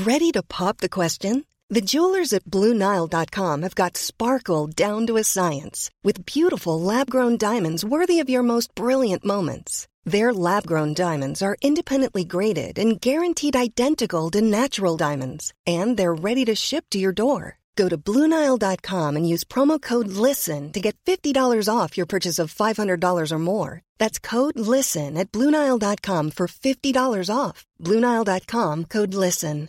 Ready to pop the question? The jewelers at BlueNile.com have got sparkle down to a science with beautiful lab-grown diamonds worthy of your most brilliant moments. Their lab-grown diamonds are independently graded and guaranteed identical to natural diamonds, and they're ready to ship to your door. Go to BlueNile.com and use promo code LISTEN to get $50 off your purchase of $500 or more. That's code LISTEN at BlueNile.com for $50 off. BlueNile.com, code LISTEN.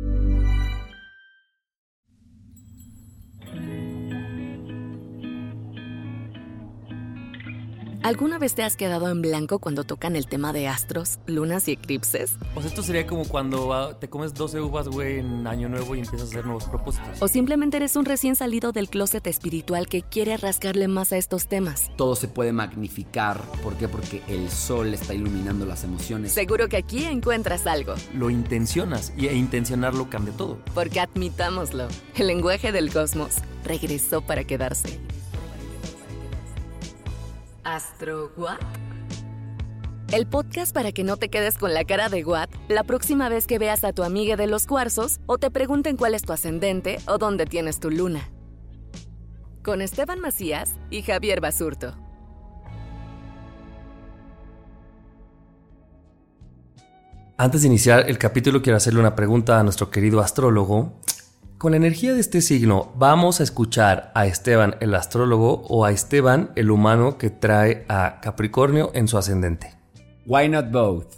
¿Alguna vez te has quedado en blanco cuando tocan el tema de astros, lunas y eclipses? O sea, esto sería como cuando te comes 12 uvas, güey, en Año Nuevo y empiezas a hacer nuevos propósitos. ¿O simplemente eres un recién salido del closet espiritual que quiere rascarle más a estos temas? Todo se puede magnificar. ¿Por qué? Porque el sol está iluminando las emociones. Seguro que aquí encuentras algo. Lo intencionas e intencionarlo cambia todo. Porque admitámoslo, el lenguaje del cosmos regresó para quedarse. ¿Astro What? El podcast para que no te quedes con la cara de what la próxima vez que veas a tu amiga de los cuarzos o te pregunten cuál es tu ascendente o dónde tienes tu luna. Con Esteban Macías y Javier Basurto. Antes de iniciar el capítulo, quiero hacerle una pregunta a nuestro querido astrólogo. Con la energía de este signo, ¿vamos a escuchar a Esteban el astrólogo o a Esteban el humano que trae a Capricornio en su ascendente? Why not both?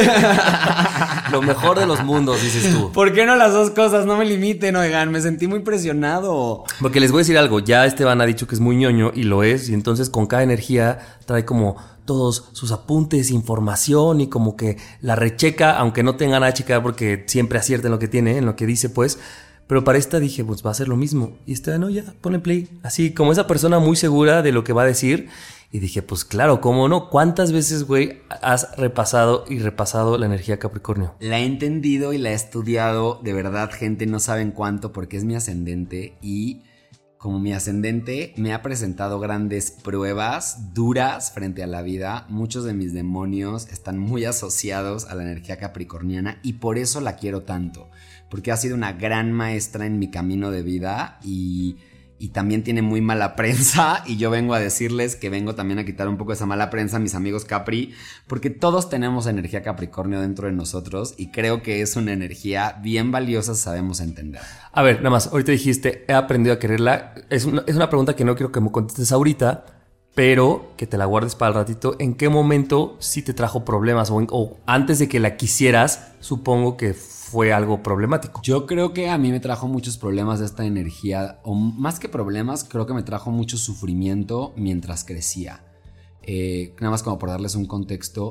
Lo mejor de los mundos, dices tú. ¿Por qué no las dos cosas? No me limiten, oigan, me sentí muy presionado. Porque les voy a decir algo, ya Esteban ha dicho que es muy ñoño y lo es, y entonces con cada energía trae como todos sus apuntes, información y como que la recheca, aunque no tenga nada a checar porque siempre acierta en lo que tiene, en lo que dice, pues. Pero para esta dije, pues va a ser lo mismo. Y no, ya, ponle play. Así como esa persona muy segura de lo que va a decir. Y dije, pues claro, ¿cómo no? ¿Cuántas veces, güey, has repasado y repasado la energía Capricornio? La he entendido y la he estudiado. De verdad, gente, no saben cuánto porque es mi ascendente. Y como mi ascendente me ha presentado grandes pruebas duras frente a la vida. Muchos de mis demonios están muy asociados a la energía capricorniana. Y por eso la quiero tanto. Porque ha sido una gran maestra en mi camino de vida y también tiene muy mala prensa y yo vengo a decirles que vengo también a quitar un poco esa mala prensa a mis amigos Capri, porque todos tenemos energía Capricornio dentro de nosotros y creo que es una energía bien valiosa si sabemos entender. A ver, nada más, ahorita dijiste, he aprendido a quererla. Es una pregunta que no quiero que me contestes ahorita, pero que te la guardes para el ratito. ¿En qué momento sí te trajo problemas o antes de que la quisieras, supongo que fue algo problemático? Yo creo que a mí me trajo muchos problemas de esta energía, o más que problemas, creo que me trajo mucho sufrimiento mientras crecía. Nada más como por darles un contexto,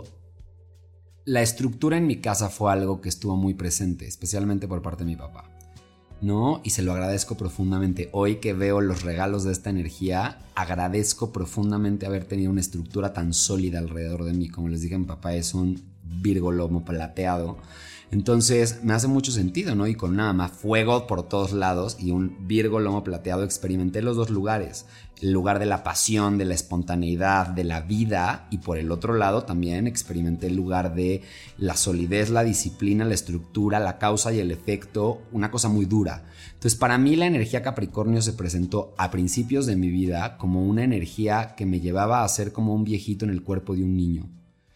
la estructura en mi casa fue algo que estuvo muy presente, especialmente por parte de mi papá, ¿no? Y se lo agradezco profundamente. Hoy que veo los regalos de esta energía, agradezco profundamente haber tenido una estructura tan sólida alrededor de mí. Como les dije, mi papá es un Virgo lomo plateado. Entonces me hace mucho sentido, ¿no? Y con nada más fuego por todos lados y un Virgo lomo plateado experimenté los dos lugares. El lugar de la pasión, de la espontaneidad, de la vida, y por el otro lado también experimenté el lugar de la solidez, la disciplina, la estructura, la causa y el efecto, una cosa muy dura. Entonces para mí la energía Capricornio se presentó a principios de mi vida como una energía que me llevaba a ser como un viejito en el cuerpo de un niño.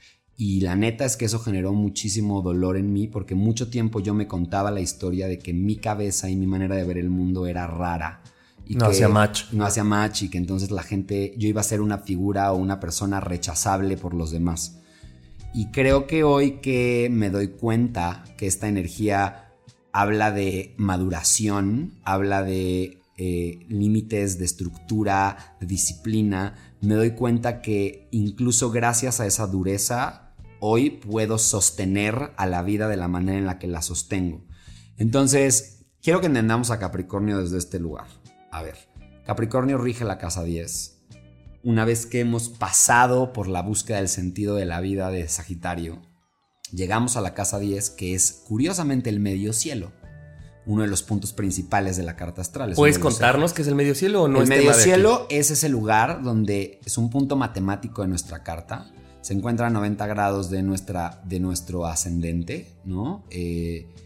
Y la neta es que eso generó muchísimo dolor en mí porque mucho tiempo yo me contaba la historia de que mi cabeza y mi manera de ver el mundo era rara. Y no hacía match. No hacía match y que entonces la gente, yo iba a ser una figura o una persona rechazable por los demás. Y creo que hoy que me doy cuenta que esta energía habla de maduración, habla de límites, de estructura, de disciplina, me doy cuenta que incluso gracias a esa dureza hoy puedo sostener a la vida de la manera en la que la sostengo. Entonces, quiero que entendamos a Capricornio desde este lugar. A ver, Capricornio rige la casa 10. Una vez que hemos pasado por la búsqueda del sentido de la vida de Sagitario, llegamos a la casa 10, que es curiosamente el medio cielo. Uno de los puntos principales de la carta astral. ¿Puedes contarnos qué es el medio cielo o no? El medio cielo es ese lugar donde es un punto matemático de nuestra carta. Se encuentra a 90 grados de nuestro ascendente, ¿no?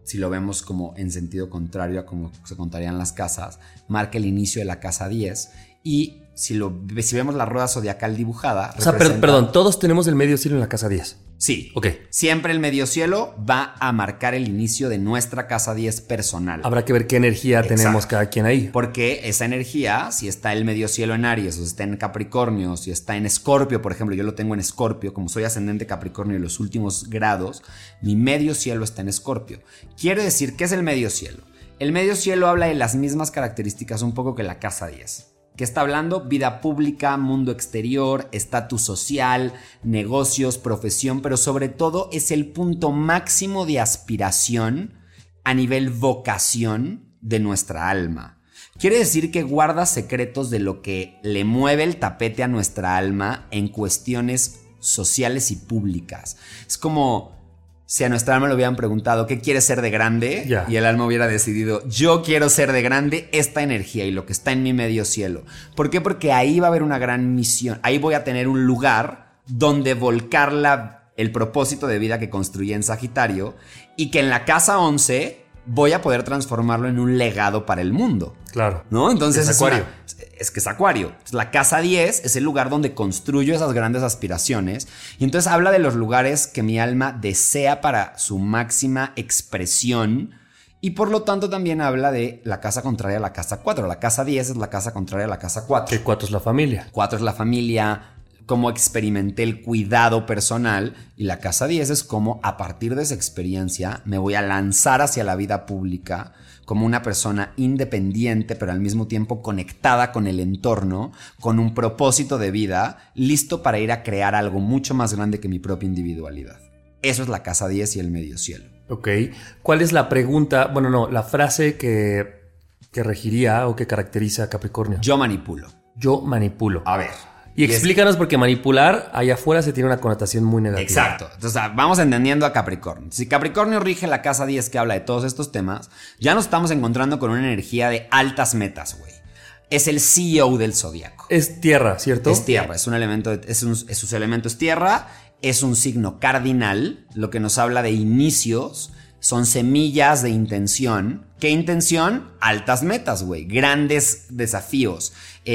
si lo vemos como en sentido contrario a como se contarían las casas, marca el inicio de la casa 10 y si vemos la rueda zodiacal dibujada... O sea, perdón, todos tenemos el medio cielo en la casa 10. Sí. Ok. Siempre el medio cielo va a marcar el inicio de nuestra casa 10 personal. Habrá que ver qué energía tenemos cada quien ahí. Porque esa energía, si está el medio cielo en Aries, o si está en Capricornio, si está en Escorpio, por ejemplo, yo lo tengo en Escorpio, como soy ascendente Capricornio en los últimos grados, mi medio cielo está en Escorpio. Quiere decir, ¿qué es el medio cielo? El medio cielo habla de las mismas características un poco que la casa 10. ¿Qué está hablando? Vida pública, mundo exterior, estatus social, negocios, profesión, pero sobre todo es el punto máximo de aspiración a nivel vocación de nuestra alma. Quiere decir que guarda secretos de lo que le mueve el tapete a nuestra alma en cuestiones sociales y públicas. Es como... si a nuestra alma le hubieran preguntado ¿qué quieres ser de grande? Yeah. Y el alma hubiera decidido yo quiero ser de grande esta energía y lo que está en mi medio cielo. ¿Por qué? Porque ahí va a haber una gran misión. Ahí voy a tener un lugar donde volcar el propósito de vida que construí en Sagitario y que en la casa 11 voy a poder transformarlo en un legado para el mundo. Claro. ¿No? Entonces es Acuario. Es que es Acuario. La casa 10 es el lugar donde construyo esas grandes aspiraciones. Y entonces habla de los lugares que mi alma desea para su máxima expresión. Y por lo tanto también habla de la casa contraria a la casa 4. La casa 10 es la casa contraria a la casa 4. Que 4 es la familia. 4 es la familia, cómo experimenté el cuidado personal. Y la casa 10 es cómo a partir de esa experiencia me voy a lanzar hacia la vida pública como una persona independiente, pero al mismo tiempo conectada con el entorno, con un propósito de vida, listo para ir a crear algo mucho más grande que mi propia individualidad. Eso es la casa 10 y el medio cielo. Ok. ¿Cuál es la pregunta, la frase que regiría o que caracteriza a Capricornio? Yo manipulo. Yo manipulo. A ver. Y explícanos porque manipular allá afuera se tiene una connotación muy negativa. Exacto. Entonces vamos entendiendo a Capricornio. Si Capricornio rige la casa 10 que habla de todos estos temas, ya nos estamos encontrando con una energía de altas metas, güey. Es el CEO del zodiaco. Es tierra, ¿cierto? Es tierra, es un elemento, sus elementos tierra, es un signo cardinal, lo que nos habla de inicios, son semillas de intención. ¿Qué intención? Altas metas, güey. Grandes desafíos.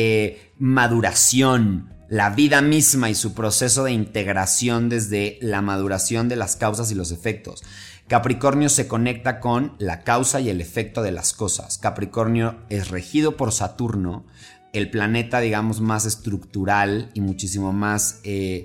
Maduración. La vida misma y su proceso de integración desde la maduración de las causas y los efectos. Capricornio se conecta con la causa y el efecto de las cosas. Capricornio es regido por Saturno, el planeta, digamos, más estructural y muchísimo más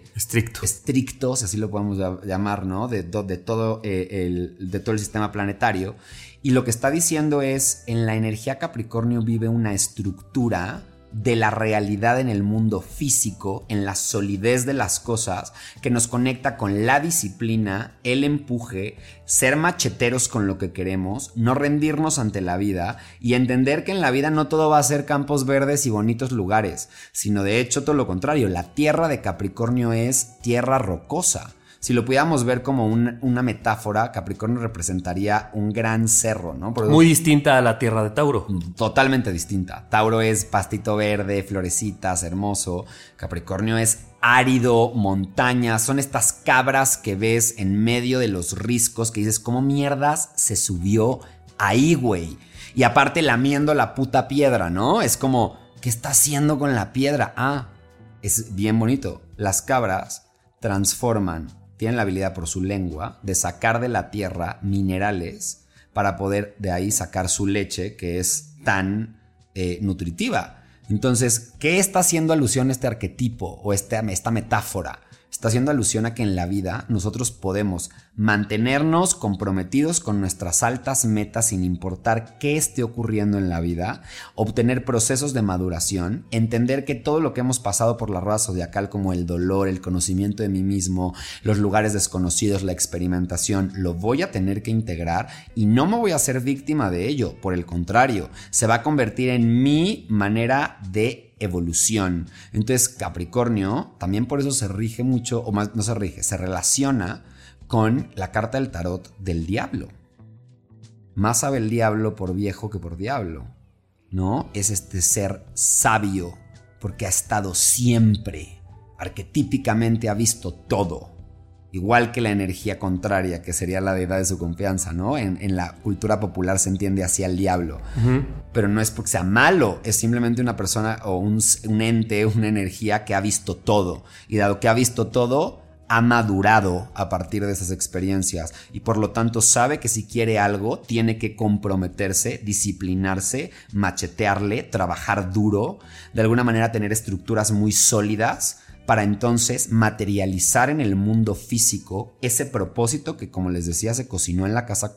estricto, si así lo podemos llamar, ¿no? De todo el sistema planetario. Y lo que está diciendo es, en la energía Capricornio vive una estructura de la realidad en el mundo físico, en la solidez de las cosas, que nos conecta con la disciplina, el empuje, ser macheteros con lo que queremos, no rendirnos ante la vida y entender que en la vida no todo va a ser campos verdes y bonitos lugares, sino de hecho todo lo contrario. La tierra de Capricornio es tierra rocosa. Si lo pudiéramos ver como una metáfora, Capricornio representaría un gran cerro, ¿no? Muy distinta a la tierra de Tauro. Totalmente distinta. Tauro es pastito verde, florecitas, hermoso. Capricornio es árido, montañas. Son estas cabras que ves en medio de los riscos que dices, ¿cómo mierdas se subió ahí, güey? Y aparte lamiendo la puta piedra, ¿no? Es como, ¿qué está haciendo con la piedra? Ah, es bien bonito. Las cabras tienen la habilidad por su lengua de sacar de la tierra minerales para poder de ahí sacar su leche, que es tan nutritiva. Entonces, ¿qué está haciendo alusión este arquetipo o esta metáfora? Está haciendo alusión a que en la vida nosotros podemos mantenernos comprometidos con nuestras altas metas sin importar qué esté ocurriendo en la vida, obtener procesos de maduración, entender que todo lo que hemos pasado por la rueda zodiacal como el dolor, el conocimiento de mí mismo, los lugares desconocidos, la experimentación, lo voy a tener que integrar y no me voy a ser víctima de ello. Por el contrario, se va a convertir en mi manera de evolución. Entonces Capricornio también por eso se rige mucho, o más no se rige, se relaciona con la carta del tarot del diablo. Más sabe el diablo por viejo que por diablo, ¿no? Es este ser sabio porque ha estado siempre, arquetípicamente ha visto todo, igual que la energía contraria, que sería la deidad de su confianza, ¿no? En la cultura popular se entiende así al diablo. Pero no es porque sea malo, es simplemente una persona o un ente, una energía que ha visto todo. Y dado que ha visto todo, ha madurado a partir de esas experiencias. Y por lo tanto sabe que si quiere algo, tiene que comprometerse, disciplinarse, machetearle, trabajar duro, de alguna manera tener estructuras muy sólidas, para entonces materializar en el mundo físico ese propósito que, como les decía, se cocinó en la casa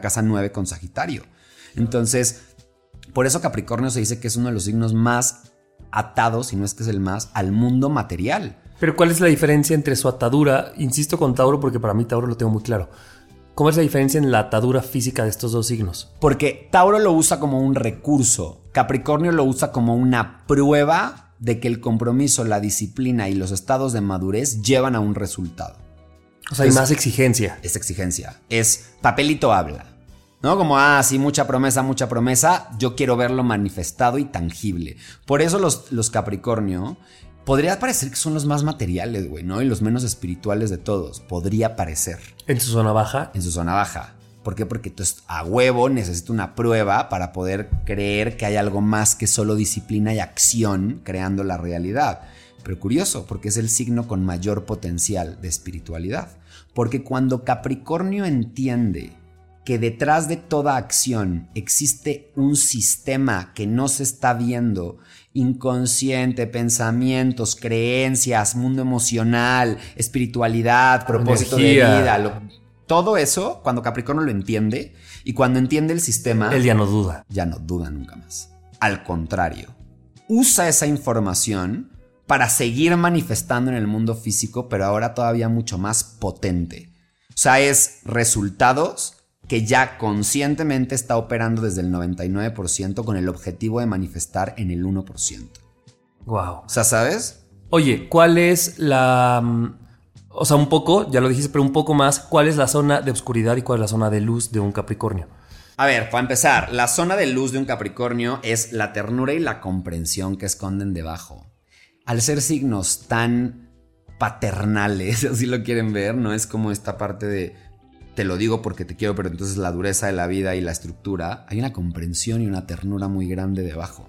9 con Sagitario. Entonces, por eso Capricornio se dice que es uno de los signos más atados, si no es que es el más, al mundo material. Pero ¿cuál es la diferencia entre su atadura? Insisto con Tauro porque para mí Tauro lo tengo muy claro. ¿Cómo es la diferencia en la atadura física de estos dos signos? Porque Tauro lo usa como un recurso, Capricornio lo usa como una prueba de que el compromiso, la disciplina y los estados de madurez llevan a un resultado. O sea, hay más exigencia. Es exigencia. Es papelito habla. ¿No? Como, sí, mucha promesa. Yo quiero verlo manifestado y tangible. Por eso los Capricornio podría parecer que son los más materiales, güey, ¿no? Y los menos espirituales de todos. Podría parecer. ¿En su zona baja? En su zona baja. ¿Por qué? Porque tú a huevo necesitas una prueba para poder creer que hay algo más que solo disciplina y acción creando la realidad. Pero curioso, porque es el signo con mayor potencial de espiritualidad. Porque cuando Capricornio entiende que detrás de toda acción existe un sistema que no se está viendo, inconsciente, pensamientos, creencias, mundo emocional, espiritualidad, propósito de vida, todo eso, cuando Capricornio lo entiende y cuando entiende el sistema, él ya no duda. Ya no duda nunca más. Al contrario, usa esa información para seguir manifestando en el mundo físico, pero ahora todavía mucho más potente. O sea, es resultados que ya conscientemente está operando desde el 99% con el objetivo de manifestar en el 1%. Wow. O sea, ¿sabes? Oye, ¿cuál es la... O sea, un poco, ya lo dijiste, pero un poco más, ¿cuál es la zona de oscuridad y cuál es la zona de luz de un Capricornio? A ver, para empezar, la zona de luz de un Capricornio es la ternura y la comprensión que esconden debajo. Al ser signos tan paternales, así lo quieren ver, no es como esta parte de te lo digo porque te quiero, pero entonces la dureza de la vida y la estructura, hay una comprensión y una ternura muy grande debajo.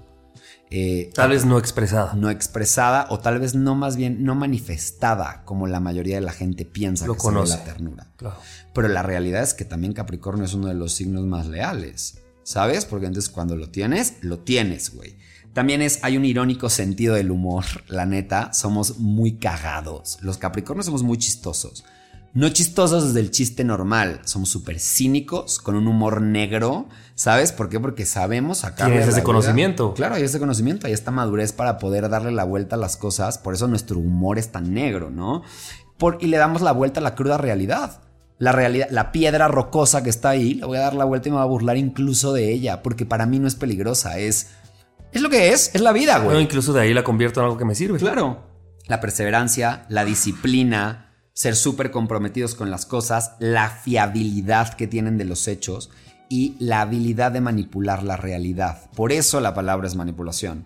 Tal vez no expresada. No expresada o tal vez no, más bien no manifestada como la mayoría de la gente piensa lo que conoce. se ve la ternura. Claro. Pero la realidad es que también Capricornio es uno de los signos más leales, ¿sabes? Porque entonces cuando lo tienes, güey. También hay un irónico sentido del humor, la neta, somos muy cagados. Los Capricornios somos muy chistosos. No chistosos desde el chiste normal, somos súper cínicos, con un humor negro, ¿sabes? ¿Por qué? Porque sabemos sacarle tienes ese conocimiento. Claro, hay ese conocimiento, hay esta madurez para poder darle la vuelta a las cosas, por eso nuestro humor es tan negro, ¿no? Y le damos la vuelta a la cruda realidad. La realidad, la piedra rocosa que está ahí, le voy a dar la vuelta y me voy a burlar incluso de ella, porque para mí no es peligrosa, es lo que es la vida, güey. No, incluso de ahí la convierto en algo que me sirve. Claro. La perseverancia, la disciplina, ser súper comprometidos con las cosas, la fiabilidad que tienen de los hechos y la habilidad de manipular la realidad. Por eso la palabra es manipulación.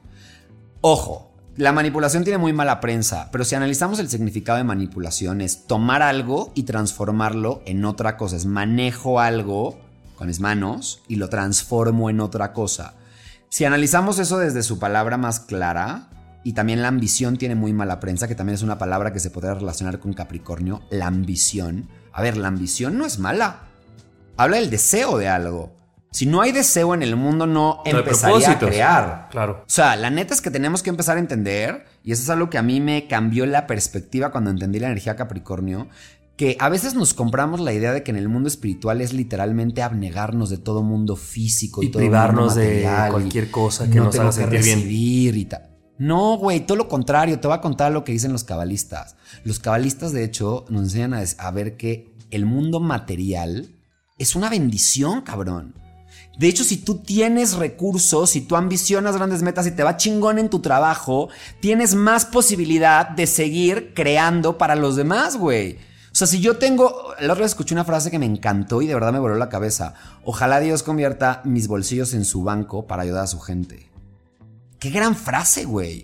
Ojo, la manipulación tiene muy mala prensa, pero si analizamos el significado de manipulación es tomar algo y transformarlo en otra cosa. Es manejo algo con mis manos y lo transformo en otra cosa. Si analizamos eso desde su palabra más clara, y también la ambición tiene muy mala prensa, que también es una palabra que se podría relacionar con Capricornio, la ambición. A ver, la ambición no es mala. Habla del deseo de algo. Si no hay deseo en el mundo, no empezaría a crear. Claro. O sea, la neta es que tenemos que empezar a entender, y eso es algo que a mí me cambió la perspectiva cuando entendí la energía Capricornio, que a veces nos compramos la idea de que en el mundo espiritual es literalmente abnegarnos de todo mundo físico y todo privarnos mundo material, de cualquier cosa que nos haga sentir bien. Y tal. No, güey, todo lo contrario. Te voy a contar lo que dicen los cabalistas. Los cabalistas, de hecho, nos enseñan a ver que el mundo material es una bendición, cabrón. De hecho, si tú tienes recursos, si tú ambicionas grandes metas y te va chingón en tu trabajo, tienes más posibilidad de seguir creando para los demás, güey. O sea, si yo tengo... La otra vez escuché una frase que me encantó y de verdad me voló la cabeza. Ojalá Dios convierta mis bolsillos en su banco para ayudar a su gente. ¡Qué gran frase, güey!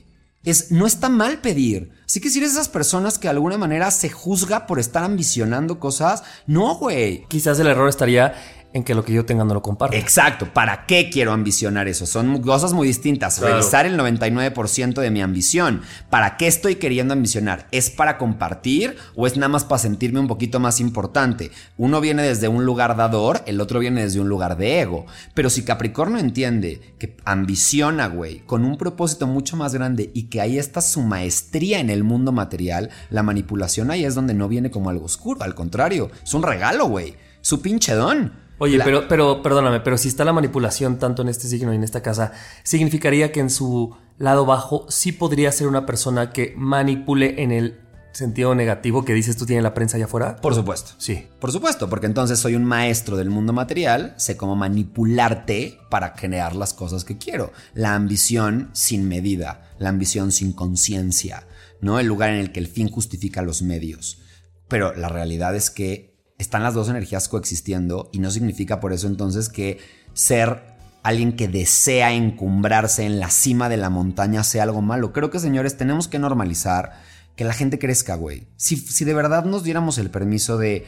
No está mal pedir. Así que si eres de esas personas que de alguna manera se juzga por estar ambicionando cosas, no, güey. Quizás el error estaría en que lo que yo tenga no lo comparto. Exacto. ¿Para qué quiero ambicionar eso? Son cosas muy distintas. Claro. Revisar el 99% de mi ambición. ¿Para qué estoy queriendo ambicionar? ¿Es para compartir o es nada más para sentirme un poquito más importante? Uno viene desde un lugar dador, el otro viene desde un lugar de ego. Pero si Capricornio entiende que ambiciona, güey, con un propósito mucho más grande y que ahí está su maestría en el mundo material, la manipulación ahí es donde no viene como algo oscuro. Al contrario, es un regalo, güey. Su pinche don. Oye, pero perdóname, pero si está la manipulación tanto en este signo y en esta casa, ¿significaría que en su lado bajo sí podría ser una persona que manipule en el sentido negativo que dices tú tiene la prensa allá afuera? Por supuesto. Sí. Por supuesto, porque entonces soy un maestro del mundo material, sé cómo manipularte para generar las cosas que quiero. La ambición sin medida, la ambición sin conciencia, ¿no? El lugar en el que el fin justifica los medios. Pero la realidad es que están las dos energías coexistiendo y no significa por eso entonces que ser alguien que desea encumbrarse en la cima de la montaña sea algo malo. Creo que, señores, tenemos que normalizar que la gente crezca, güey. Si de verdad nos diéramos el permiso de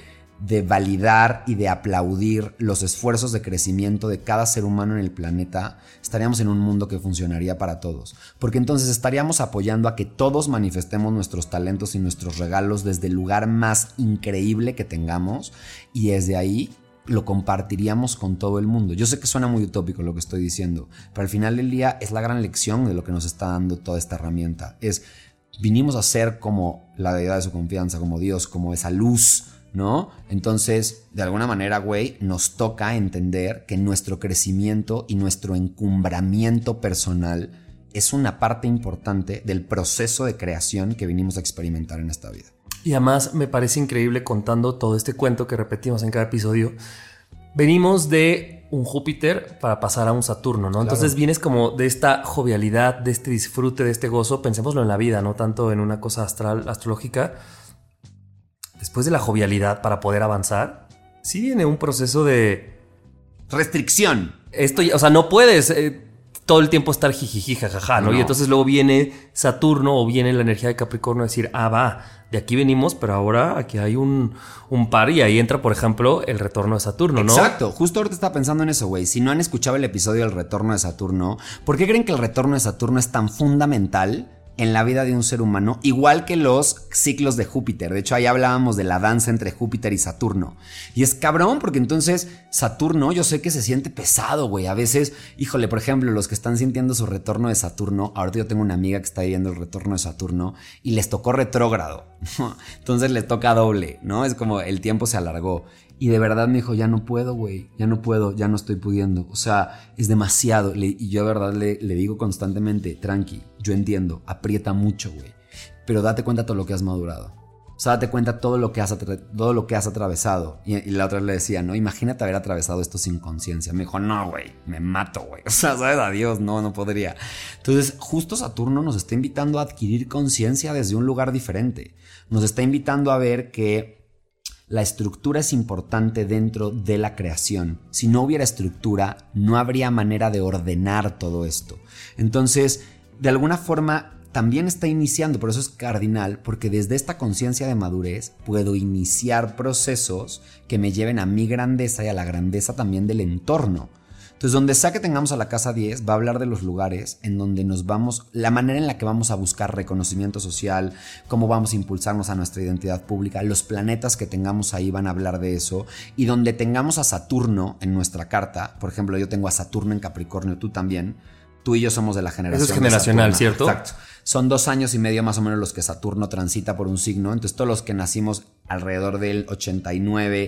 validar y de aplaudir los esfuerzos de crecimiento de cada ser humano en el planeta, estaríamos en un mundo que funcionaría para todos. Porque entonces estaríamos apoyando a que todos manifestemos nuestros talentos y nuestros regalos desde el lugar más increíble que tengamos y desde ahí lo compartiríamos con todo el mundo. Yo sé que suena muy utópico lo que estoy diciendo, pero al final del día es la gran lección de lo que nos está dando toda esta herramienta. Vinimos a ser como la deidad de su confianza, como Dios, como esa luz, ¿no? Entonces, de alguna manera, güey, nos toca entender que nuestro crecimiento y nuestro encumbramiento personal es una parte importante del proceso de creación que vinimos a experimentar en esta vida. Y además me parece increíble contando todo este cuento que repetimos en cada episodio. Venimos de un Júpiter para pasar a un Saturno, ¿no? Entonces claro, vienes como de esta jovialidad, de este disfrute, de este gozo. Pensémoslo en la vida, no tanto en una cosa astral, astrológica. Después de la jovialidad para poder avanzar, sí viene un proceso de restricción. Esto, o sea, no puedes todo el tiempo estar jijiji, jajaja, ¿no? Y entonces luego viene Saturno o viene la energía de Capricornio a decir, va, de aquí venimos, pero ahora aquí hay un par y ahí entra, por ejemplo, el retorno de Saturno, ¿no? Exacto, justo ahorita estaba pensando en eso, güey. Si no han escuchado el episodio del retorno de Saturno, ¿por qué creen que el retorno de Saturno es tan fundamental en la vida de un ser humano, igual que los ciclos de Júpiter? De hecho, ahí hablábamos de la danza entre Júpiter y Saturno. Y es cabrón, porque entonces Saturno, yo sé que se siente pesado, güey. A veces, híjole, por ejemplo, los que están sintiendo su retorno de Saturno, ahorita yo tengo una amiga que está viviendo el retorno de Saturno y les tocó retrógrado. Entonces les toca doble, ¿no? Es como el tiempo se alargó. Y de verdad me dijo, ya no puedo, güey, ya no puedo, ya no estoy pudiendo. O sea, es demasiado. Y yo de verdad le digo constantemente, tranqui, yo entiendo, aprieta mucho, güey. Pero date cuenta todo lo que has madurado. O sea, date cuenta todo lo que has atravesado. Y la otra le decía, no, imagínate haber atravesado esto sin conciencia. Me dijo, no, güey, me mato, güey. O sea, sabes, adiós, no podría. Entonces, justo Saturno nos está invitando a adquirir conciencia desde un lugar diferente. Nos está invitando a ver que la estructura es importante dentro de la creación. Si no hubiera estructura, no habría manera de ordenar todo esto. Entonces, de alguna forma, también está iniciando, por eso es cardinal, porque desde esta conciencia de madurez puedo iniciar procesos que me lleven a mi grandeza y a la grandeza también del entorno. Entonces, donde sea que tengamos a la casa 10, va a hablar de los lugares en donde nos vamos, la manera en la que vamos a buscar reconocimiento social, cómo vamos a impulsarnos a nuestra identidad pública, los planetas que tengamos ahí van a hablar de eso, y donde tengamos a Saturno en nuestra carta, por ejemplo, yo tengo a Saturno en Capricornio, tú también, tú y yo somos de la generación. Eso es generacional, ¿cierto? Exacto. Son 2 años y medio más o menos los que Saturno transita por un signo. Entonces todos los que nacimos alrededor del 89,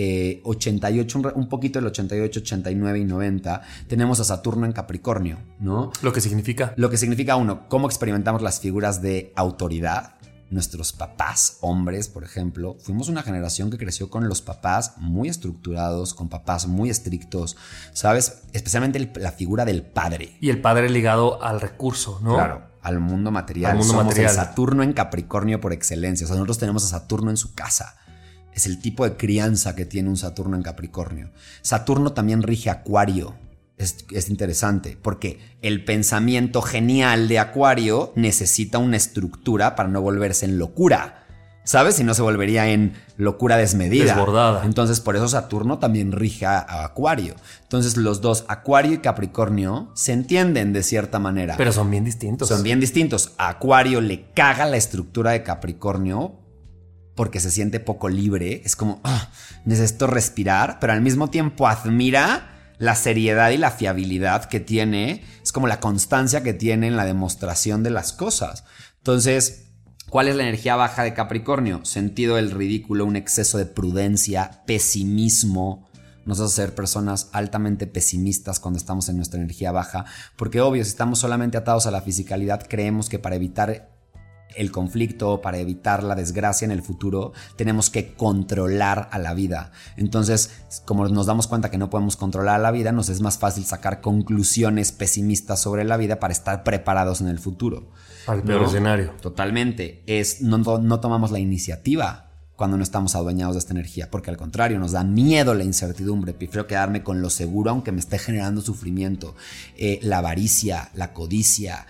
88, un poquito del 88, 89 y 90, tenemos a Saturno en Capricornio, ¿no? ¿Lo que significa? Lo que significa, uno, cómo experimentamos las figuras de autoridad. Nuestros papás, hombres, por ejemplo, fuimos una generación que creció con los papás muy estructurados, con papás muy estrictos, ¿sabes? Especialmente la figura del padre. Y el padre ligado al recurso, ¿no? Claro, al mundo material. Somos el Saturno en Capricornio por excelencia. O sea, nosotros tenemos a Saturno en su casa. Es el tipo de crianza que tiene un Saturno en Capricornio. Saturno también rige Acuario. es interesante porque el pensamiento genial de Acuario necesita una estructura para no volverse en locura. ¿Sabes? Si no se volvería en locura desmedida. Desbordada. Entonces, por eso Saturno también rige a Acuario. Entonces, los dos, Acuario y Capricornio, se entienden de cierta manera. Pero son bien distintos. Son bien distintos. A Acuario le caga la estructura de Capricornio porque se siente poco libre. Es como, necesito respirar, pero al mismo tiempo admira la seriedad y la fiabilidad que tiene. Es como la constancia que tiene en la demostración de las cosas. Entonces, ¿cuál es la energía baja de Capricornio? Sentido del ridículo, un exceso de prudencia, pesimismo. Nos hace ser personas altamente pesimistas cuando estamos en nuestra energía baja. Porque obvio, si estamos solamente atados a la fisicalidad, creemos que para evitar el conflicto, para evitar la desgracia en el futuro, tenemos que controlar a la vida. Entonces, como nos damos cuenta que no podemos controlar a la vida, nos es más fácil sacar conclusiones pesimistas sobre la vida para estar preparados en el futuro. Al peor escenario. Totalmente. No tomamos la iniciativa cuando no estamos adueñados de esta energía, porque al contrario, nos da miedo la incertidumbre. Prefiero quedarme con lo seguro aunque me esté generando sufrimiento. La avaricia, la codicia,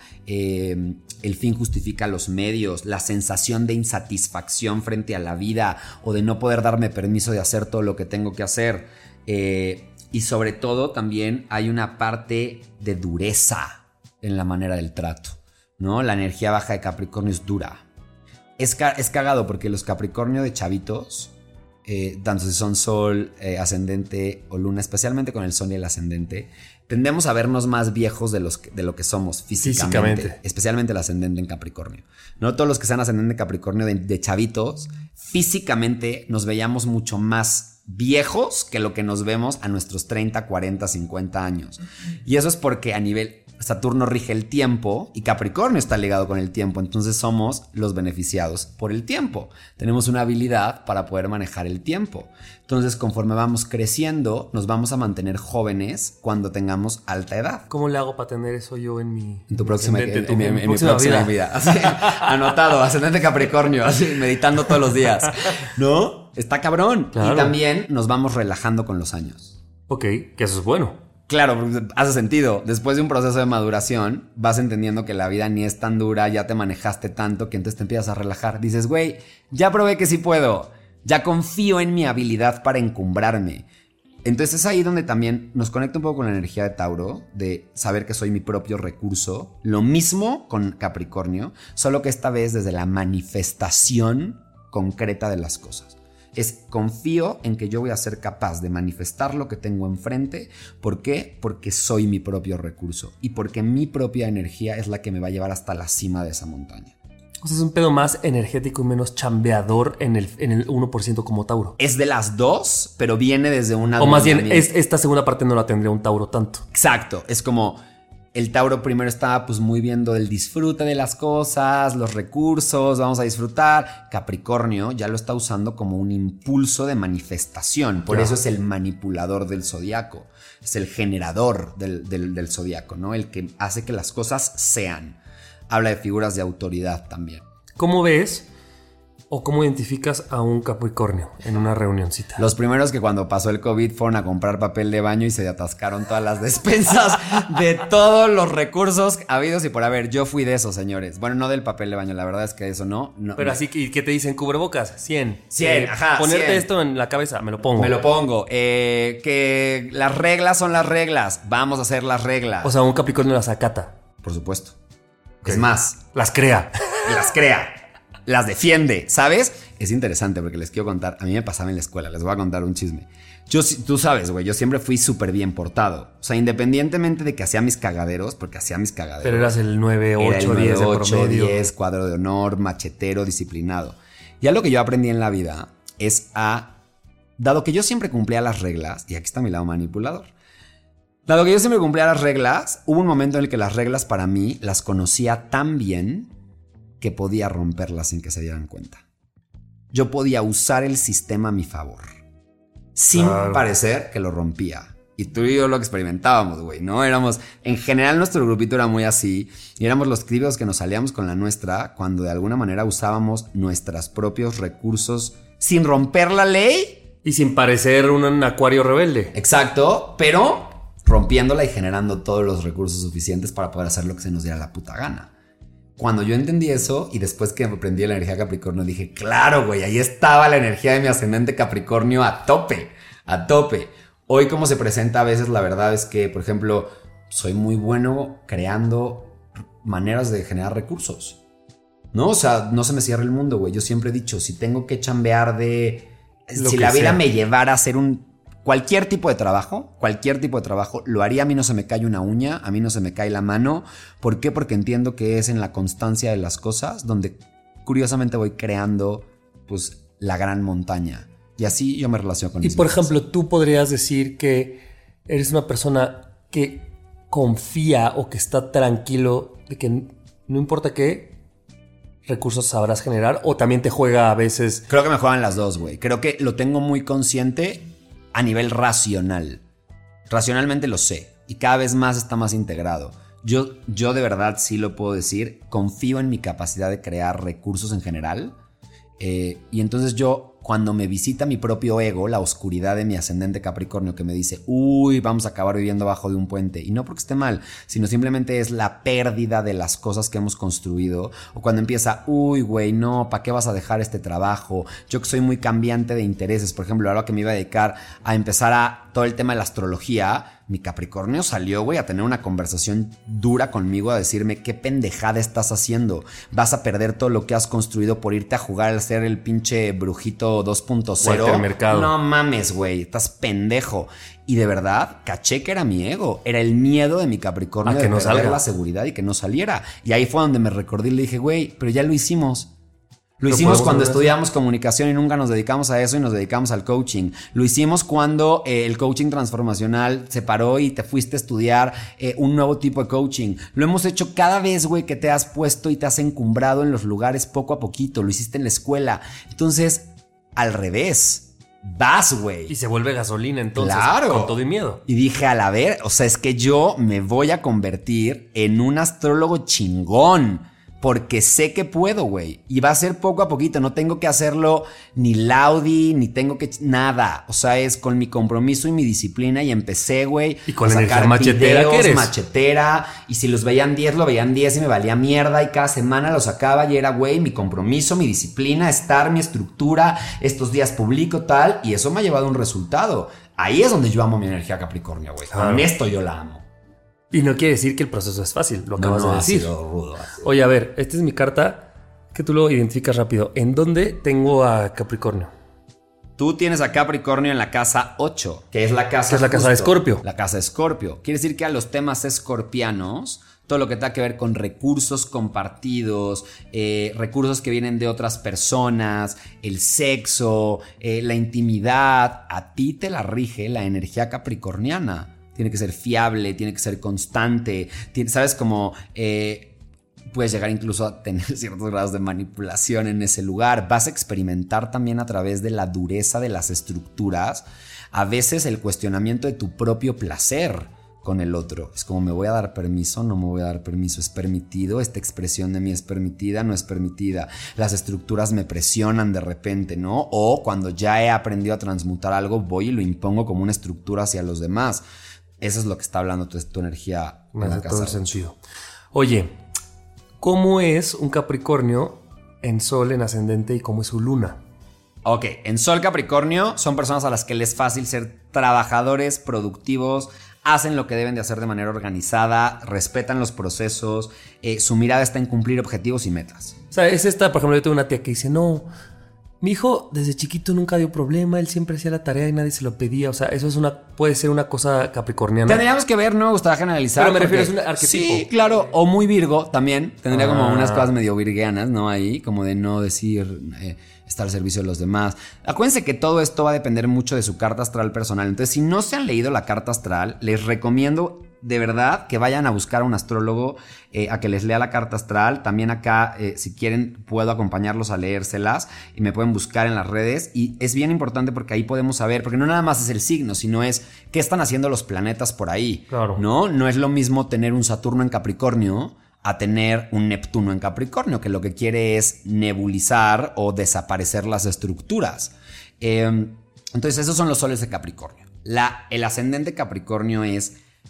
el fin justifica los medios, la sensación de insatisfacción frente a la vida o de no poder darme permiso de hacer todo lo que tengo que hacer. Y sobre todo también hay una parte de dureza en la manera del trato, ¿no? La energía baja de Capricornio es dura. Es cagado porque los Capricornio de chavitos, tanto si son Sol, ascendente o Luna, especialmente con el Sol y el ascendente, tendemos a vernos más viejos de lo que somos físicamente. Especialmente el ascendente en Capricornio. No todos los que sean ascendente Capricornio de chavitos, físicamente nos veíamos mucho más viejos que lo que nos vemos a nuestros 30, 40, 50 años. Y eso es porque a nivel Saturno rige el tiempo y Capricornio está ligado con el tiempo, entonces somos los beneficiados por el tiempo. Tenemos una habilidad para poder manejar el tiempo. Entonces, conforme vamos creciendo, nos vamos a mantener jóvenes cuando tengamos alta edad. ¿Cómo le hago para tener eso yo en mi próxima vida? Así, anotado, ascendente Capricornio, así, meditando todos los días. ¿No? Está cabrón. Claro. Y también nos vamos relajando con los años. Ok, que eso es bueno. Claro, hace sentido. Después de un proceso de maduración, vas entendiendo que la vida ni es tan dura, ya te manejaste tanto que entonces te empiezas a relajar. Dices, güey, ya probé que sí puedo. Ya confío en mi habilidad para encumbrarme. Entonces es ahí donde también nos conecta un poco con la energía de Tauro, de saber que soy mi propio recurso. Lo mismo con Capricornio, solo que esta vez desde la manifestación concreta de las cosas. Confío en que yo voy a ser capaz de manifestar lo que tengo enfrente. ¿Por qué? Porque soy mi propio recurso y porque mi propia energía es la que me va a llevar hasta la cima de esa montaña. O sea, es un pedo más energético y menos chambeador en el 1% como Tauro. Es de las dos, pero viene desde una... O más bien, esta segunda parte no la tendría un Tauro tanto. Exacto, es como... El Tauro primero estaba pues muy viendo el disfrute de las cosas, los recursos, vamos a disfrutar. Capricornio ya lo está usando como un impulso de manifestación. Por eso es el manipulador del zodiaco. Es el generador del zodiaco, ¿no? El que hace que las cosas sean. Habla de figuras de autoridad también. ¿Cómo ves o cómo identificas a un Capricornio en una reunioncita? Los primeros que cuando pasó el COVID fueron a comprar papel de baño y se atascaron todas las despensas de todos los recursos habidos y por haber. Yo fui de esos, señores. Bueno, no del papel de baño, la verdad es que eso no. Pero así que, ¿qué te dicen? ¿Cubrebocas? 100. Ajá, ponerte 100. Esto en la cabeza, me lo pongo. Que las reglas son las reglas. Vamos a hacer las reglas. O sea, un Capricornio las acata. Por supuesto. Okay. Es más. Las crea. Las defiende, ¿sabes? Es interesante porque les quiero contar. A mí me pasaba en la escuela, les voy a contar un chisme. Tú sabes, güey, yo siempre fui súper bien portado. O sea, independientemente de que hacía mis cagaderos, porque hacía mis cagaderos. Pero eras el 9, 8, 10 de promedio. 10, cuadro de honor, machetero, disciplinado. Y algo que yo aprendí en la vida es dado que yo siempre cumplía las reglas, y aquí está mi lado manipulador. Dado que yo siempre cumplía las reglas, hubo un momento en el que las reglas para mí las conocía tan bien que podía romperlas sin que se dieran cuenta. Yo podía usar el sistema a mi favor, sin parecer que lo rompía. Y tú y yo lo experimentábamos, güey, ¿no? En general nuestro grupito era muy así, y éramos los críticos que nos salíamos con la nuestra cuando de alguna manera usábamos nuestros propios recursos sin romper la ley. Y sin parecer un acuario rebelde. Exacto, pero rompiéndola y generando todos los recursos suficientes para poder hacer lo que se nos diera la puta gana. Cuando yo entendí eso y después que aprendí la energía Capricornio, dije, claro, güey, ahí estaba la energía de mi ascendente Capricornio a tope, a tope. Hoy como se presenta a veces, la verdad es que, por ejemplo, soy muy bueno creando maneras de generar recursos, ¿no? O sea, no se me cierra el mundo, güey. Yo siempre he dicho, si tengo que chambear si la vida me llevara a hacer cualquier tipo de trabajo, lo haría. A mí no se me cae una uña, a mí no se me cae la mano. ¿Por qué? Porque entiendo que es en la constancia de las cosas donde curiosamente voy creando, pues, la gran montaña. Y así yo me relaciono con mis Y por vidas. ejemplo, tú podrías decir que eres una persona que confía o que está tranquilo de que no importa qué recursos sabrás generar, o también te juega a veces. Creo que me juegan las dos, güey. Creo que lo tengo muy consciente a nivel racional. Racionalmente lo sé y cada vez más está más integrado. Yo de verdad sí lo puedo decir. Confío en mi capacidad de crear recursos en general. Y entonces yo, cuando me visita mi propio ego, la oscuridad de mi ascendente Capricornio que me dice, uy, vamos a acabar viviendo bajo de un puente. Y no porque esté mal, sino simplemente es la pérdida de las cosas que hemos construido. O cuando empieza, uy, güey, no, ¿para qué vas a dejar este trabajo? Yo que soy muy cambiante de intereses, por ejemplo, ahora que me iba a dedicar a empezar a todo el tema de la astrología, mi Capricornio salió, güey, a tener una conversación dura conmigo, a decirme qué pendejada estás haciendo. Vas a perder todo lo que has construido por irte a jugar al ser el pinche brujito 2.0. Walter Mercado. No mames, güey, estás pendejo. Y de verdad, caché que era mi ego. Era el miedo de mi Capricornio de perder la seguridad y que no saliera. Y ahí fue donde me recordé y le dije, güey, pero ya lo hicimos. Lo hicimos cuando estudiamos comunicación y nunca nos dedicamos a eso y nos dedicamos al coaching. Lo hicimos cuando el coaching transformacional se paró y te fuiste a estudiar un nuevo tipo de coaching. Lo hemos hecho cada vez, güey, que te has puesto y te has encumbrado en los lugares poco a poquito. Lo hiciste en la escuela. Entonces, al revés. Vas, güey. Y se vuelve gasolina entonces. Claro. Con todo y miedo. Y dije, a la ver, o sea, es que yo me voy a convertir en un astrólogo chingón. Porque sé que puedo, güey. Y va a ser poco a poquito. No tengo que hacerlo ni laudi, ni tengo que... Nada. O sea, es con mi compromiso y mi disciplina. Y empecé, güey. Y con la energía machetera videos, que eres. machetera. Y si los veían 10, lo veían 10 y me valía mierda. Y cada semana lo sacaba y era, güey, mi compromiso, mi disciplina, mi estructura. Estos días publico tal. Y eso me ha llevado a un resultado. Ahí es donde yo amo mi energía Capricornio, güey. Con esto yo la amo. Y no quiere decir que el proceso es fácil, lo acabas de decir. Ha sido rudo. Oye, a ver, esta es mi carta que tú lo identificas rápido. ¿En dónde tengo a Capricornio? Tú tienes a Capricornio en la casa 8, que es la casa... Que es la casa de Escorpio. La casa de Escorpio. Quiere decir que a los temas escorpianos, todo lo que tenga que ver con recursos compartidos, recursos que vienen de otras personas, el sexo, la intimidad, a ti te la rige la energía capricorniana. Tiene que ser fiable, tiene que ser constante. ¿Sabes? Como puedes llegar incluso a tener ciertos grados de manipulación en ese lugar. Vas a experimentar también a través de la dureza de las estructuras. A veces el cuestionamiento de tu propio placer con el otro. Es como, ¿me voy a dar permiso? No me voy a dar permiso. ¿Es permitido? ¿Esta expresión de mí es permitida? ¿No es permitida? Las estructuras me presionan de repente, ¿no? O cuando ya he aprendido a transmutar algo, voy y lo impongo como una estructura hacia los demás. Eso es lo que está hablando tu energía. Me hace todo el sentido. Oye, ¿cómo es un Capricornio en Sol, en ascendente y cómo es su luna? Ok, en Sol Capricornio son personas a las que les es fácil ser trabajadores, productivos, hacen lo que deben de hacer de manera organizada, respetan los procesos, su mirada está en cumplir objetivos y metas. O sea, es esta, por ejemplo, yo tengo una tía que dice, no, mi hijo desde chiquito nunca dio problema, él siempre hacía la tarea y nadie se lo pedía. O sea, eso es puede ser una cosa capricorniana. Tendríamos que ver, no me gustaría generalizar. Pero me refiero a un arquetipo. Sí, claro, o muy Virgo también. Tendría como unas cosas medio virguianas, ¿no? Ahí, como de no decir, estar al servicio de los demás. Acuérdense que todo esto va a depender mucho de su carta astral personal. Entonces, si no se han leído la carta astral, les recomiendo de verdad que vayan a buscar a un astrólogo a que les lea la carta astral. También acá, si quieren, puedo acompañarlos a leérselas y me pueden buscar en las redes. Y es bien importante porque ahí podemos saber, porque no nada más es el signo, sino es qué están haciendo los planetas por ahí. Claro. No es lo mismo tener un Saturno en Capricornio a tener un Neptuno en Capricornio, que lo que quiere es nebulizar o desaparecer las estructuras. Entonces, esos son los soles de Capricornio. El ascendente Capricornio es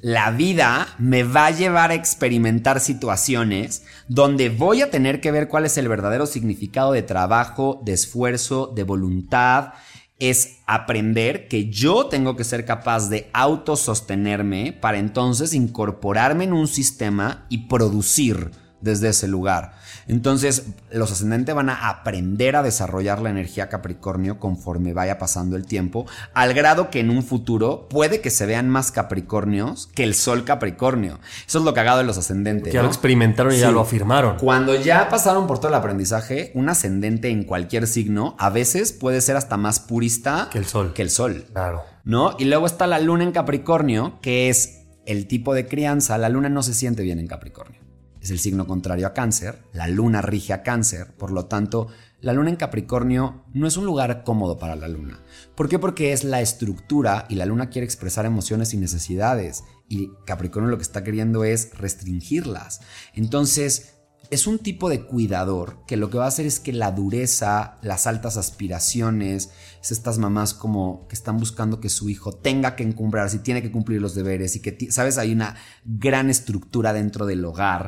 la vida me va a llevar a experimentar situaciones donde voy a tener que ver cuál es el verdadero significado de trabajo, de esfuerzo, de voluntad. Es aprender que yo tengo que ser capaz de autosostenerme para entonces incorporarme en un sistema y producir desde ese lugar. Entonces, los ascendentes van a aprender a desarrollar la energía Capricornio conforme vaya pasando el tiempo, al grado que en un futuro puede que se vean más Capricornios que el Sol Capricornio. Eso es lo cagado de los ascendentes, que ya, ¿no?, lo experimentaron y ya lo afirmaron. Cuando ya pasaron por todo el aprendizaje, un ascendente en cualquier signo a veces puede ser hasta más purista que el Sol. Claro. ¿No? Y luego está la Luna en Capricornio, que es el tipo de crianza. La Luna no se siente bien en Capricornio. Es el signo contrario a Cáncer, la Luna rige a Cáncer, por lo tanto, la Luna en Capricornio no es un lugar cómodo para la Luna. ¿Por qué? Porque es la estructura y la Luna quiere expresar emociones y necesidades y Capricornio lo que está queriendo es restringirlas. Entonces, es un tipo de cuidador que lo que va a hacer es que la dureza, las altas aspiraciones, es estas mamás como que están buscando que su hijo tenga que encumbrarse y tiene que cumplir los deberes y que, ¿sabes? Hay una gran estructura dentro del hogar.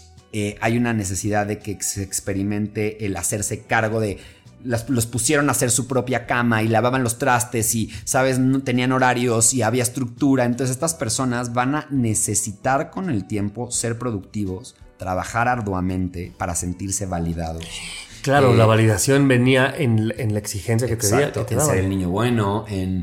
Hay una necesidad de que se experimente el hacerse cargo de... Los pusieron a hacer su propia cama y lavaban los trastes y, ¿sabes? No tenían horarios y había estructura. Entonces estas personas van a necesitar con el tiempo ser productivos, trabajar arduamente para sentirse validados. Claro, la validación venía en la exigencia que te daban. En ser el niño bueno,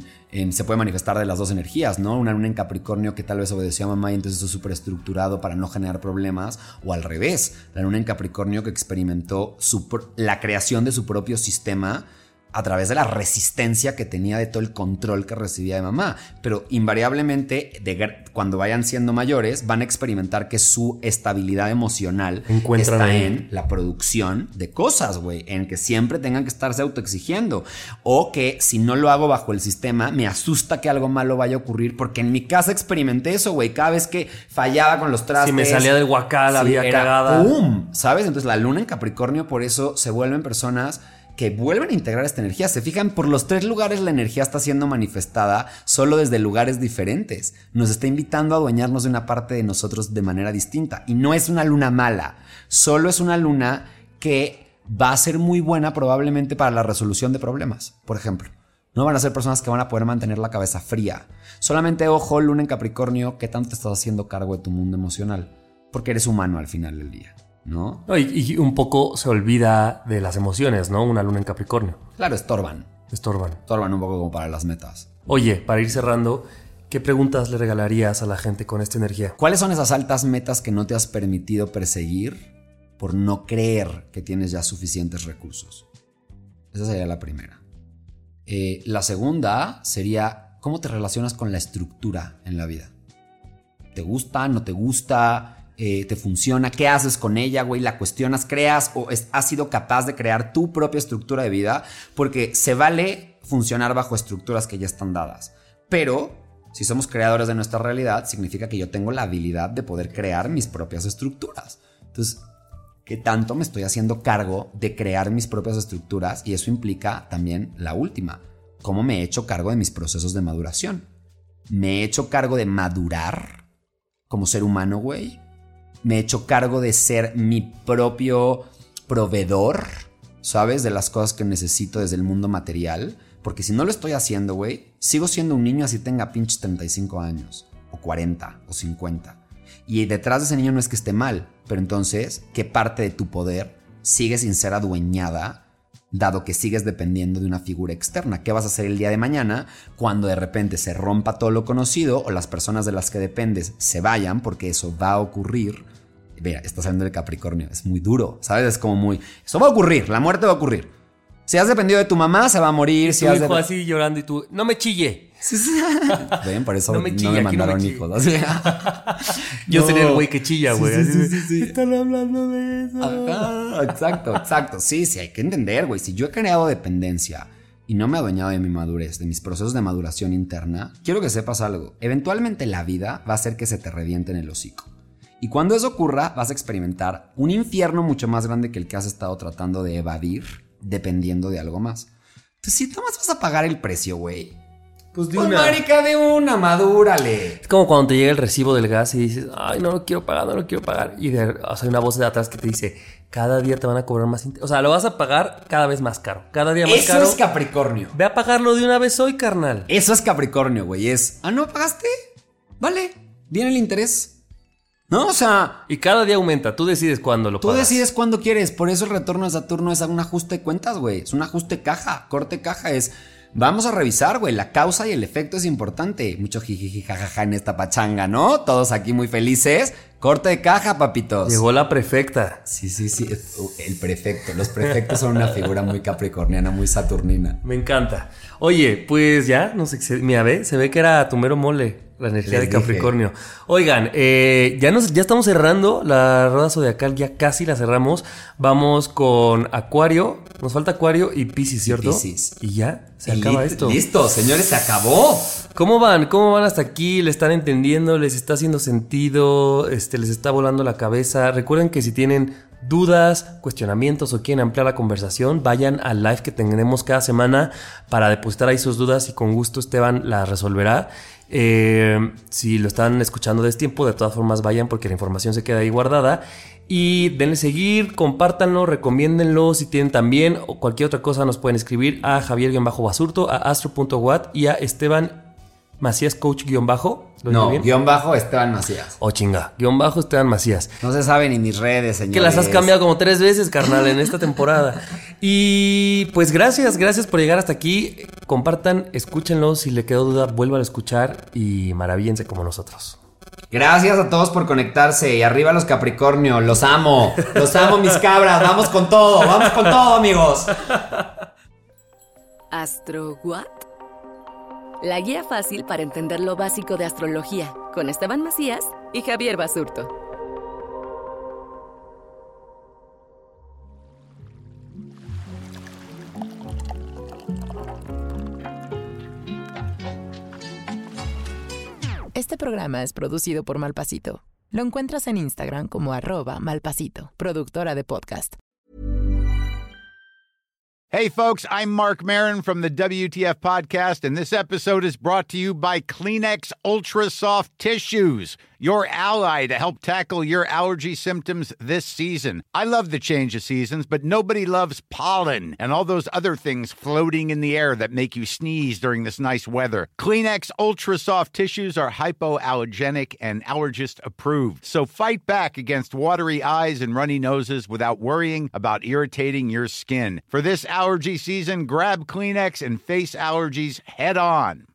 se puede manifestar de las dos energías, ¿no? Una luna en Capricornio que tal vez obedeció a mamá y entonces es súper estructurado para no generar problemas, o al revés, la luna en Capricornio que experimentó la creación de su propio sistema a través de la resistencia que tenía de todo el control que recibía de mamá. Pero invariablemente, cuando vayan siendo mayores, van a experimentar que su estabilidad emocional está en la producción de cosas, güey. En que siempre tengan que estarse autoexigiendo. O que si no lo hago bajo el sistema, me asusta que algo malo vaya a ocurrir. Porque en mi casa experimenté eso, güey. Cada vez que fallaba con los trastes... Si me salía del huacal, había cagada. ¡Pum! ¿Sabes? Entonces la luna en Capricornio por eso se vuelven personas que vuelven a integrar esta energía. Se fijan, por los 3 lugares la energía está siendo manifestada solo desde lugares diferentes. Nos está invitando a adueñarnos de una parte de nosotros de manera distinta. Y no es una luna mala, solo es una luna que va a ser muy buena probablemente para la resolución de problemas. Por ejemplo, no van a ser personas que van a poder mantener la cabeza fría. Solamente, ojo, luna en Capricornio, ¿qué tanto te estás haciendo cargo de tu mundo emocional? Porque eres humano al final del día, ¿no? Y un poco se olvida de las emociones, ¿no? Una luna en Capricornio. Claro, estorban un poco como para las metas. Oye, para ir cerrando, ¿qué preguntas le regalarías a la gente con esta energía? ¿Cuáles son esas altas metas que no te has permitido perseguir por no creer que tienes ya suficientes recursos? Esa sería la primera. La segunda sería, ¿cómo te relacionas con la estructura en la vida? ¿Te gusta? ¿No te gusta? ¿Te funciona? ¿Qué haces con ella, güey? ¿La cuestionas? ¿Creas o has sido capaz de crear tu propia estructura de vida? Porque se vale funcionar bajo estructuras que ya están dadas. Pero si somos creadores de nuestra realidad, significa que yo tengo la habilidad de poder crear mis propias estructuras. Entonces, ¿qué tanto me estoy haciendo cargo de crear mis propias estructuras? Y eso implica también la última. ¿Cómo me he hecho cargo de mis procesos de maduración? ¿Me he hecho cargo de madurar como ser humano, güey? Me he hecho cargo de ser mi propio proveedor, ¿sabes? De las cosas que necesito desde el mundo material. Porque si no lo estoy haciendo, güey, sigo siendo un niño así tenga pinches 35 años, o 40, o 50. Y detrás de ese niño no es que esté mal, pero entonces, ¿qué parte de tu poder sigue sin ser adueñada, dado que sigues dependiendo de una figura externa? ¿Qué vas a hacer el día de mañana cuando de repente se rompa todo lo conocido o las personas de las que dependes se vayan? Porque eso va a ocurrir. Mira, está saliendo el Capricornio, es muy duro, ¿sabes? Es como muy... Eso va a ocurrir, la muerte va a ocurrir. Si has dependido de tu mamá, se va a morir. Si tu hijo así llorando y tú, no me chille. Ven, por eso no me mandaron hijos. Así. Yo sería el güey que chilla, güey. Sí. Están hablando de eso. Ajá, exacto. Sí, hay que entender, güey. Si yo he creado dependencia y no me he adueñado de mi madurez, de mis procesos de maduración interna, quiero que sepas algo. Eventualmente la vida va a hacer que se te reviente en el hocico. Y cuando eso ocurra, vas a experimentar un infierno mucho más grande que el que has estado tratando de evadir, dependiendo de algo más. Entonces, si nomás vas a pagar el precio, güey, Pues de Pues una. marica, de una, madúrale. Es como cuando te llega el recibo del gas y dices, ay, no lo quiero pagar, no lo quiero pagar. Y hay una voz de atrás que te dice, cada día te van a cobrar más. O sea, lo vas a pagar cada vez más caro. Cada día más caro. Eso es Capricornio. Ve a pagarlo de una vez hoy, carnal. Eso es Capricornio, güey. ¿No pagaste? Vale, viene el interés. ¿No? O sea, Y cada día aumenta. Tú decides cuándo lo tú pagas. decides cuándo quieres. Por eso el retorno de Saturno es un ajuste de cuentas, güey. Es un ajuste caja, corte caja. Vamos a revisar, güey. La causa y el efecto es importante. Mucho jijiji, jajaja en esta pachanga, ¿no? Todos aquí muy felices. Corte de caja, papitos. Llegó la prefecta. Sí. El prefecto. Los prefectos son una figura muy capricorniana, muy saturnina. Me encanta. Oye, pues ya, no sé, mira, se ve que era tu mero mole. La energía Les de Capricornio. Oigan, ya estamos cerrando la rueda zodiacal, ya casi la cerramos. Vamos con Acuario, nos falta Acuario y Piscis, ¿cierto? Piscis. Y ya, se acaba esto. Listo, señores, se acabó. ¿Cómo van? ¿Cómo van hasta aquí? ¿Le están entendiendo? ¿Les está haciendo sentido? ¿Les está volando la cabeza? Recuerden que si tienen dudas, cuestionamientos o quieren ampliar la conversación, vayan al live que tendremos cada semana para depositar ahí sus dudas y con gusto Esteban las resolverá. Si lo están escuchando de tiempo, de todas formas vayan porque la información se queda ahí guardada. Y denle seguir, compártanlo, recomiéndenlo. Si tienen también o cualquier otra cosa nos pueden escribir a Javier-Basurto, a astro.wat y a Esteban Macías Coach _. No, _ Esteban Macías. O chinga, _ Esteban Macías. No se sabe ni mis redes, señores. Que las has cambiado como 3 veces, carnal, en esta temporada. Y pues gracias por llegar hasta aquí. Compartan, escúchenlo. Si le quedó duda, vuelvan a escuchar y maravíllense como nosotros. Gracias a todos por conectarse. Y arriba los Capricornio, los amo, mis cabras. Vamos con todo, amigos. ¿Astro What? La guía fácil para entender lo básico de astrología, con Esteban Macías y Javier Basurto. Este programa es producido por Malpasito. Lo encuentras en Instagram como @malpasito, productora de podcast. Hey, folks, I'm Mark Maron from the WTF Podcast, and this episode is brought to you by Kleenex Ultra Soft Tissues, your ally to help tackle your allergy symptoms this season. I love the change of seasons, but nobody loves pollen and all those other things floating in the air that make you sneeze during this nice weather. Kleenex Ultra Soft Tissues are hypoallergenic and allergist approved, so fight back against watery eyes and runny noses without worrying about irritating your skin. For this allergy season, grab Kleenex and face allergies head on.